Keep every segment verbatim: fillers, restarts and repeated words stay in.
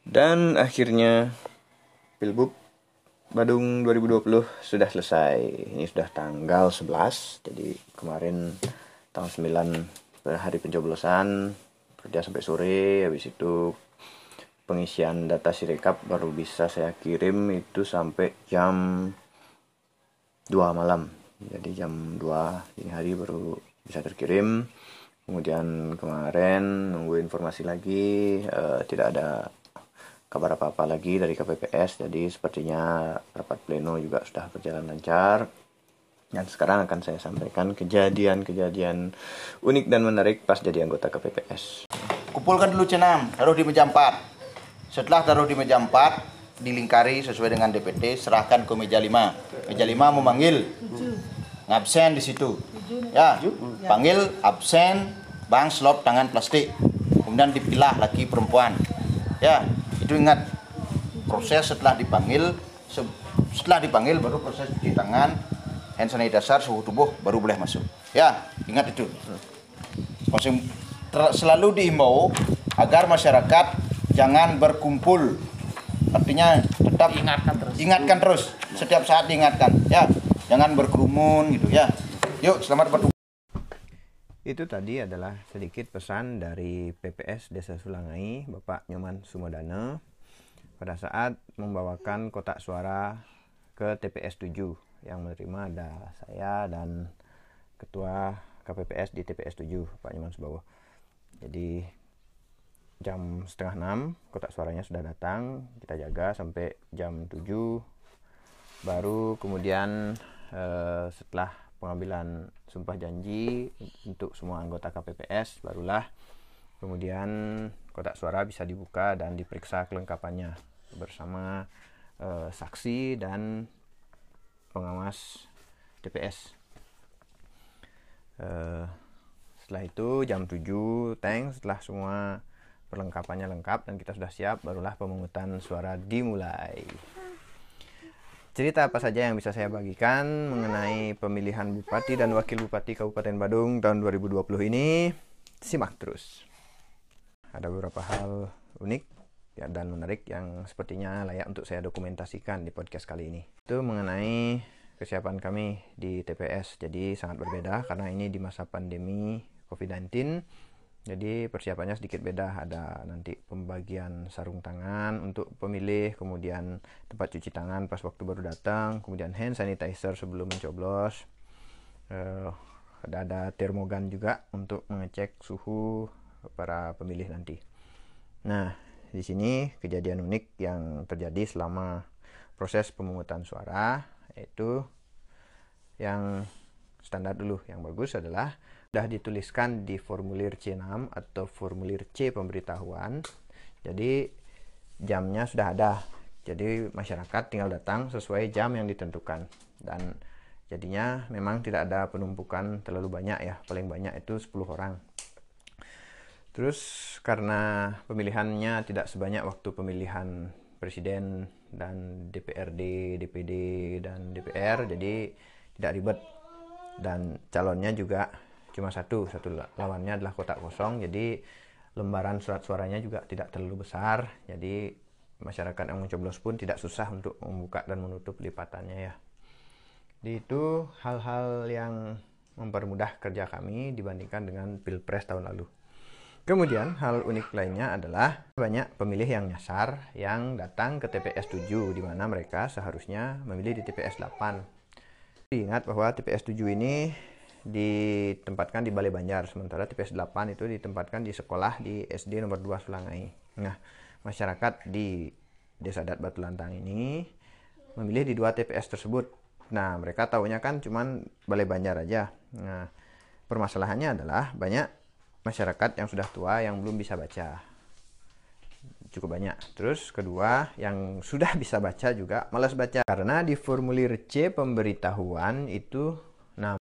Dan akhirnya Pilbub Badung dua ribu dua puluh sudah selesai. Ini sudah tanggal sebelas. Jadi kemarin tanggal sembilan hari pencoblosan, kerja sampai sore. Habis itu pengisian data Sirekap baru bisa saya kirim itu sampai jam dua malam. Jadi jam dua dini hari baru bisa terkirim. Kemudian kemarin nunggu informasi lagi, eh, tidak ada kabar apa-apa lagi dari K P P S. Jadi sepertinya rapat pleno juga sudah berjalan lancar. Dan sekarang akan saya sampaikan kejadian-kejadian unik dan menarik pas jadi anggota K P P S. Kumpulkan dulu C enam, taruh di meja empat. Setelah taruh di meja empat, dilingkari sesuai dengan D P T, serahkan ke meja lima. Meja lima memanggil, ngabsen di situ. Ya, panggil absen, bang slot tangan plastik. Kemudian dipilah laki perempuan. Ya, itu ingat, proses setelah dipanggil, setelah dipanggil baru proses cuci tangan, hand sanitizer, suhu tubuh baru boleh masuk. Ya, ingat itu. Selalu diimbau agar masyarakat jangan berkumpul. Artinya tetap ingatkan terus. Ingatkan terus, setiap saat diingatkan. Ya, jangan berkerumun gitu ya. Yuk, selamat bertugas. Itu tadi adalah sedikit pesan dari P P S Desa Sulangai, Bapak Nyoman Sumodana, pada saat membawakan kotak suara ke T P S tujuh. Yang menerima ada saya dan Ketua K P P S di T P S tujuh, Pak Nyoman Subawo. Jadi jam setengah enam kotak suaranya sudah datang, kita jaga sampai jam tujuh. Baru kemudian eh, setelah pengambilan sumpah janji untuk semua anggota K P P S, barulah kemudian kotak suara bisa dibuka dan diperiksa kelengkapannya bersama eh, saksi dan pengawas T P S. Eh, setelah itu jam tujuh teng, setelah semua perlengkapannya lengkap dan kita sudah siap, barulah pemungutan suara dimulai. Cerita apa saja yang bisa saya bagikan mengenai pemilihan Bupati dan Wakil Bupati Kabupaten Badung tahun dua ribu dua puluh ini? Simak terus. Ada beberapa hal unik ya, dan menarik yang sepertinya layak untuk saya dokumentasikan di podcast kali ini. Itu mengenai kesiapan kami di T P S. Jadi sangat berbeda karena ini di masa pandemi covid sembilan belas. Jadi persiapannya sedikit beda, ada nanti pembagian sarung tangan untuk pemilih, kemudian tempat cuci tangan pas waktu baru datang, kemudian hand sanitizer sebelum mencoblos, uh, ada, ada termogan juga untuk mengecek suhu para pemilih nanti. Nah, di sini kejadian unik yang terjadi selama proses pemungutan suara, yaitu yang standar dulu. Yang bagus adalah sudah dituliskan di formulir C enam atau formulir C pemberitahuan. Jadi jamnya sudah ada. Jadi masyarakat tinggal datang sesuai jam yang ditentukan. Dan jadinya memang tidak ada penumpukan terlalu banyak ya. Paling banyak itu sepuluh orang. Terus karena pemilihannya tidak sebanyak waktu pemilihan presiden dan D P R D, D P D dan D P R, jadi tidak ribet. Dan calonnya juga cuma satu, satu lawannya adalah kotak kosong, jadi lembaran surat suaranya juga tidak terlalu besar, jadi masyarakat yang mencoblos pun tidak susah untuk membuka dan menutup lipatannya ya. Jadi itu hal-hal yang mempermudah kerja kami dibandingkan dengan Pilpres tahun lalu. Kemudian hal unik lainnya adalah banyak pemilih yang nyasar yang datang ke T P S tujuh, di mana mereka seharusnya memilih di T P S delapan. Ingat bahwa T P S tujuh ini ditempatkan di Balai Banjar, sementara T P S delapan itu ditempatkan di sekolah di S D nomor dua Sulangai. Nah, masyarakat di Desa Adat Batu Lantang ini memilih di dua T P S tersebut. Nah, mereka tahunya kan cuman Balai Banjar aja. Nah, permasalahannya adalah banyak masyarakat yang sudah tua yang belum bisa baca. Cukup banyak. Terus kedua, yang sudah bisa baca juga malas baca karena di formulir C pemberitahuan itu, nah,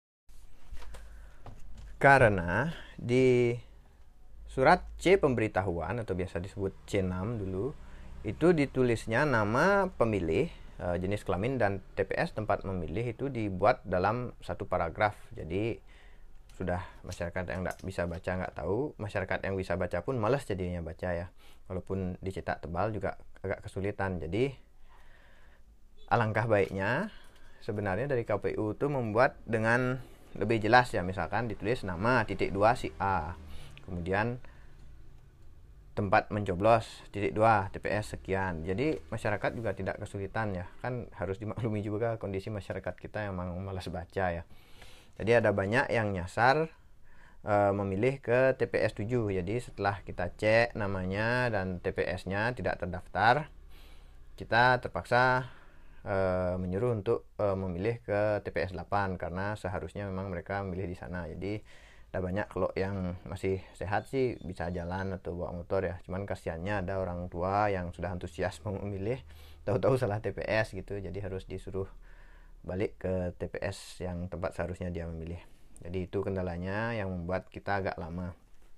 karena di surat C pemberitahuan atau biasa disebut C enam dulu, itu ditulisnya nama pemilih, jenis kelamin dan T P S tempat memilih itu dibuat dalam satu paragraf. Jadi sudah masyarakat yang nggak bisa baca nggak tahu, masyarakat yang bisa baca pun malas jadinya baca ya, walaupun dicetak tebal juga agak kesulitan. Jadi alangkah baiknya sebenarnya dari K P U itu membuat dengan lebih jelas ya, misalkan ditulis nama titik dua si A, kemudian tempat mencoblos titik dua T P S sekian. Jadi masyarakat juga tidak kesulitan ya, kan harus dimaklumi juga kondisi masyarakat kita yang memang malas baca ya. Jadi ada banyak yang nyasar e, memilih ke T P S tujuh. Jadi setelah kita cek namanya dan T P S-nya tidak terdaftar, kita terpaksa e, menyuruh untuk e, memilih ke T P S delapan karena seharusnya memang mereka memilih di sana. Jadi ada banyak kalau yang masih sehat sih bisa jalan atau bawa motor ya, cuman kasihannya ada orang tua yang sudah antusias mau memilih, tahu-tahu salah T P S gitu, jadi harus disuruh balik ke T P S yang tempat seharusnya dia memilih. Jadi itu kendalanya yang membuat kita agak lama.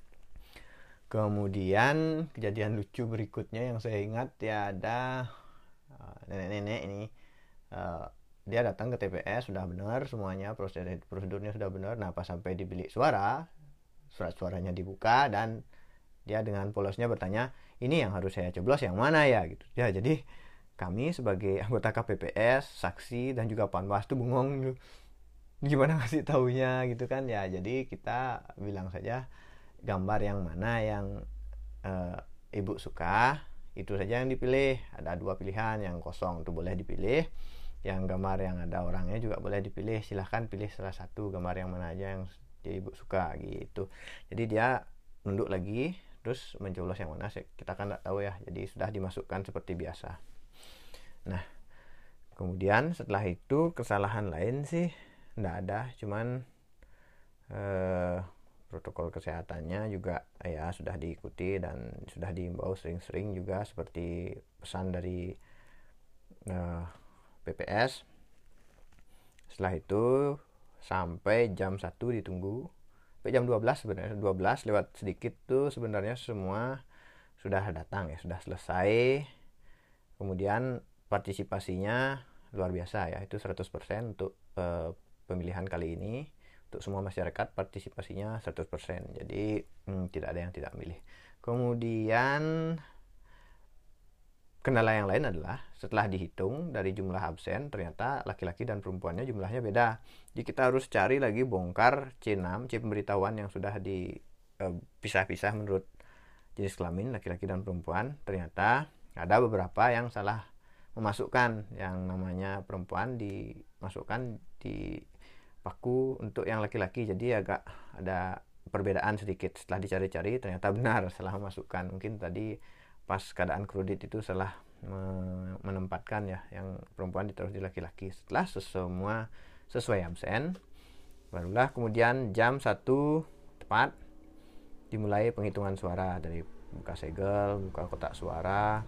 Kemudian kejadian lucu berikutnya yang saya ingat ya, ada uh, nenek-nenek ini uh, dia datang ke T P S sudah benar semuanya, prosedur prosedurnya sudah benar. Nah pas sampai di bilik suara, surat suaranya dibuka dan dia dengan polosnya bertanya, ini yang harus saya coblos yang mana ya gitu ya. Jadi kami sebagai anggota K P P S, saksi dan juga panwas tuh bengong gimana ngasih taunya gitu kan ya. Jadi kita bilang saja gambar yang mana yang uh, ibu suka itu saja yang dipilih. Ada dua pilihan, yang kosong tuh boleh dipilih, yang gambar yang ada orangnya juga boleh dipilih. Silahkan pilih salah satu gambar yang mana aja yang ibu suka gitu. Jadi dia nunduk lagi terus mencoblos yang mana, kita kan nggak tahu ya. Jadi sudah dimasukkan seperti biasa. Nah kemudian setelah itu kesalahan lain sih nggak ada, cuman eh, protokol kesehatannya juga ya sudah diikuti dan sudah diimbau sering-sering juga seperti pesan dari eh, P P S. Setelah itu sampai jam satu ditunggu, sampai jam dua belas sebenarnya, dua belas lewat sedikit tuh sebenarnya semua sudah datang ya, sudah selesai. Kemudian partisipasinya luar biasa ya, itu seratus persen untuk eh, pemilihan kali ini. Untuk semua masyarakat partisipasinya seratus persen. Jadi hmm, tidak ada yang tidak milih. Kemudian kendala yang lain adalah setelah dihitung dari jumlah absen, ternyata laki-laki dan perempuannya jumlahnya beda. Jadi kita harus cari lagi, bongkar C enam, C pemberitahuan yang sudah dipisah-pisah menurut jenis kelamin laki-laki dan perempuan. Ternyata ada beberapa yang salah memasukkan, yang namanya perempuan dimasukkan di paku untuk yang laki-laki, jadi agak ada perbedaan sedikit. Setelah dicari-cari ternyata benar salah memasukkan. Mungkin tadi pas keadaan kredit itu salah menempatkan ya, yang perempuan ditaruh di laki-laki. Setelah semua sesuai absen, barulah kemudian jam satu tepat dimulai penghitungan suara, dari buka segel, buka kotak suara,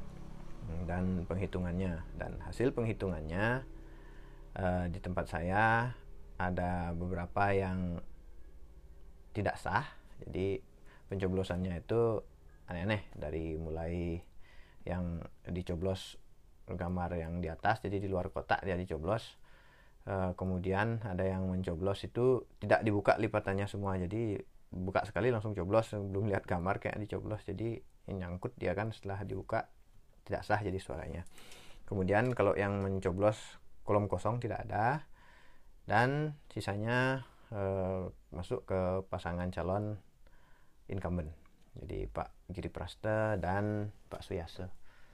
dan penghitungannya. Dan hasil penghitungannya eh, di tempat saya ada beberapa yang tidak sah. Jadi pencoblosannya itu aneh-aneh, dari mulai yang dicoblos gambar yang di atas, jadi di luar kotak dia dicoblos. E, kemudian ada yang mencoblos itu tidak dibuka lipatannya semua, jadi buka sekali langsung coblos, belum lihat gambar kayak dicoblos, jadi nyangkut dia kan, setelah dibuka tidak sah jadi suaranya. Kemudian kalau yang mencoblos kolom kosong tidak ada, dan sisanya eh, masuk ke pasangan calon incumbent, jadi Pak Giri Prasta dan Pak Suyase.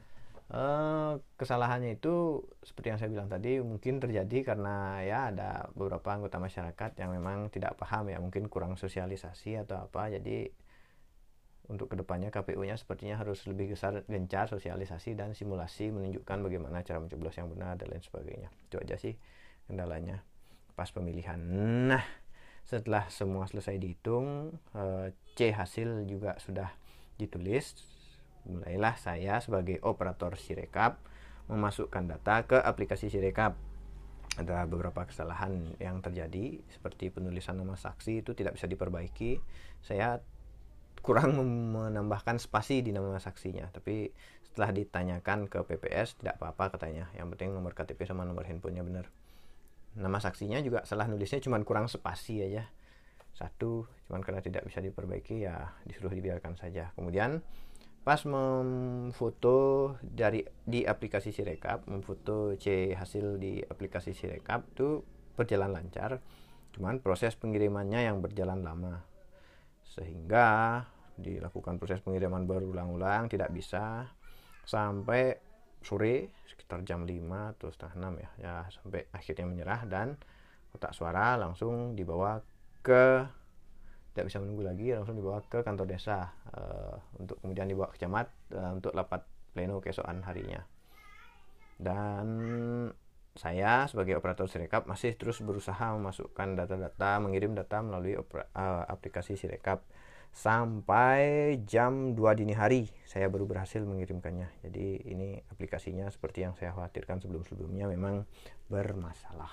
Eh, kesalahannya itu seperti yang saya bilang tadi, mungkin terjadi karena ya ada beberapa anggota masyarakat yang memang tidak paham ya, mungkin kurang sosialisasi atau apa. Jadi untuk kedepannya K P U-nya sepertinya harus lebih besar, gencar sosialisasi dan simulasi menunjukkan bagaimana cara mencoblos yang benar dan lain sebagainya. Itu aja sih kendalanya pas pemilihan. Nah setelah semua selesai dihitung, C hasil juga sudah ditulis, mulailah saya sebagai operator Sirekap memasukkan data ke aplikasi Sirekap. Ada beberapa kesalahan yang terjadi, seperti penulisan nama saksi itu tidak bisa diperbaiki. Saya kurang menambahkan spasi di nama saksinya, tapi setelah ditanyakan ke P P S tidak apa-apa katanya, yang penting nomor K T P sama nomor handphonenya benar. Nama saksinya juga salah nulisnya, cuma kurang spasi aja. satu, cuman karena tidak bisa diperbaiki ya disuruh dibiarkan saja. Kemudian pas memfoto dari di aplikasi Sirekap, memfoto C hasil di aplikasi Sirekap itu berjalan lancar, cuman proses pengirimannya yang berjalan lama, sehingga dilakukan proses pengiriman berulang-ulang, tidak bisa sampai sore sekitar jam lima atau setengah enam ya, ya sampai akhirnya menyerah dan kotak suara langsung dibawa ke, tidak bisa menunggu lagi, langsung dibawa ke kantor desa uh, untuk kemudian dibawa ke camat uh, untuk rapat pleno keesokan harinya. Dan saya sebagai operator Sirekap masih terus berusaha memasukkan data-data, mengirim data melalui opera, uh, aplikasi Sirekap sampai jam dua dini hari saya baru berhasil mengirimkannya. Jadi ini aplikasinya seperti yang saya khawatirkan sebelum-sebelumnya memang bermasalah.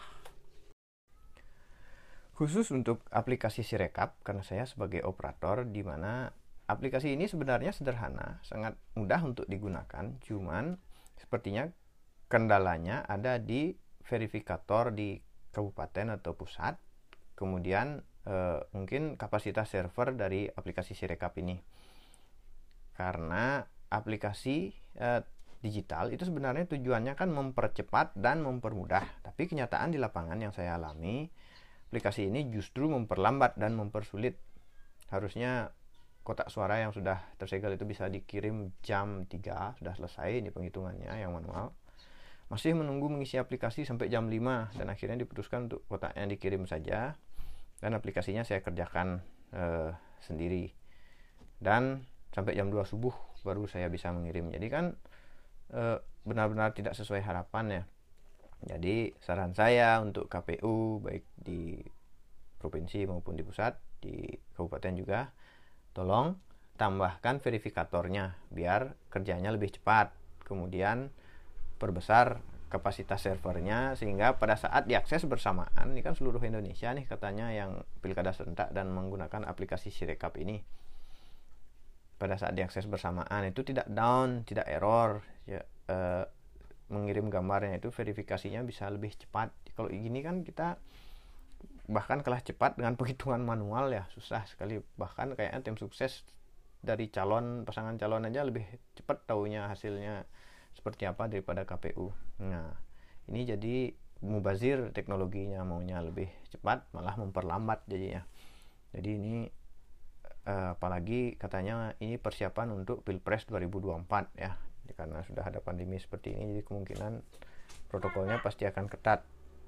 Khusus untuk aplikasi Sirekap, karena saya sebagai operator, di mana aplikasi ini sebenarnya sederhana, sangat mudah untuk digunakan, cuman sepertinya kendalanya ada di verifikator di kabupaten atau pusat, kemudian eh, mungkin kapasitas server dari aplikasi Sirekap ini. Karena aplikasi eh, digital itu sebenarnya tujuannya kan mempercepat dan mempermudah, tapi kenyataan di lapangan yang saya alami, aplikasi ini justru memperlambat dan mempersulit. Harusnya kotak suara yang sudah tersegel itu bisa dikirim jam tiga, sudah selesai ini penghitungannya yang manual. Masih menunggu mengisi aplikasi sampai jam lima, dan akhirnya diputuskan untuk kotaknya dikirim saja, dan aplikasinya saya kerjakan eh, sendiri. Dan sampai jam dua subuh baru saya bisa mengirim. Jadi kan eh, benar-benar tidak sesuai harapan ya. Jadi saran saya untuk K P U baik di provinsi maupun di pusat, di kabupaten juga, tolong tambahkan verifikatornya biar kerjanya lebih cepat. Kemudian perbesar kapasitas servernya sehingga pada saat diakses bersamaan, ini kan seluruh Indonesia nih katanya yang pilkada serentak dan menggunakan aplikasi Sirekap ini. Pada saat diakses bersamaan itu tidak down, tidak error ya, eh, mengirim gambarnya itu verifikasinya bisa lebih cepat. Kalau gini kan kita bahkan kalah cepat dengan penghitungan manual ya, susah sekali. Bahkan kayaknya tim sukses dari calon pasangan calon aja lebih cepat taunya hasilnya seperti apa daripada K P U. Nah, ini jadi mubazir teknologinya, maunya lebih cepat malah memperlambat jadinya. Jadi ini eh, apalagi katanya ini persiapan untuk Pilpres dua ribu dua puluh empat ya. Karena sudah ada pandemi seperti ini, jadi kemungkinan protokolnya pasti akan ketat.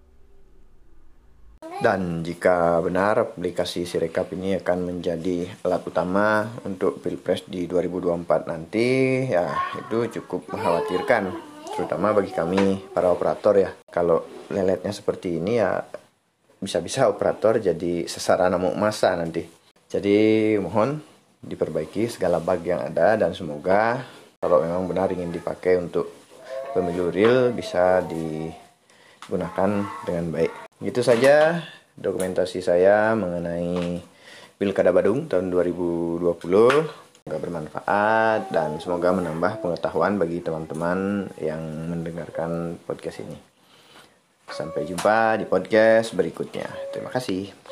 Dan jika benar aplikasi Sirekap ini akan menjadi alat utama untuk Pilpres di dua ribu dua puluh empat nanti, ya itu cukup mengkhawatirkan, terutama bagi kami para operator ya. Kalau leletnya seperti ini ya bisa-bisa operator jadi sasaran amuk massa nanti. Jadi mohon diperbaiki segala bug yang ada, dan semoga kalau memang benar ingin dipakai untuk pemilu real bisa digunakan dengan baik. Gitu saja dokumentasi saya mengenai Pilkada Badung tahun dua ribu dua puluh. Semoga bermanfaat dan semoga menambah pengetahuan bagi teman-teman yang mendengarkan podcast ini. Sampai jumpa di podcast berikutnya. Terima kasih.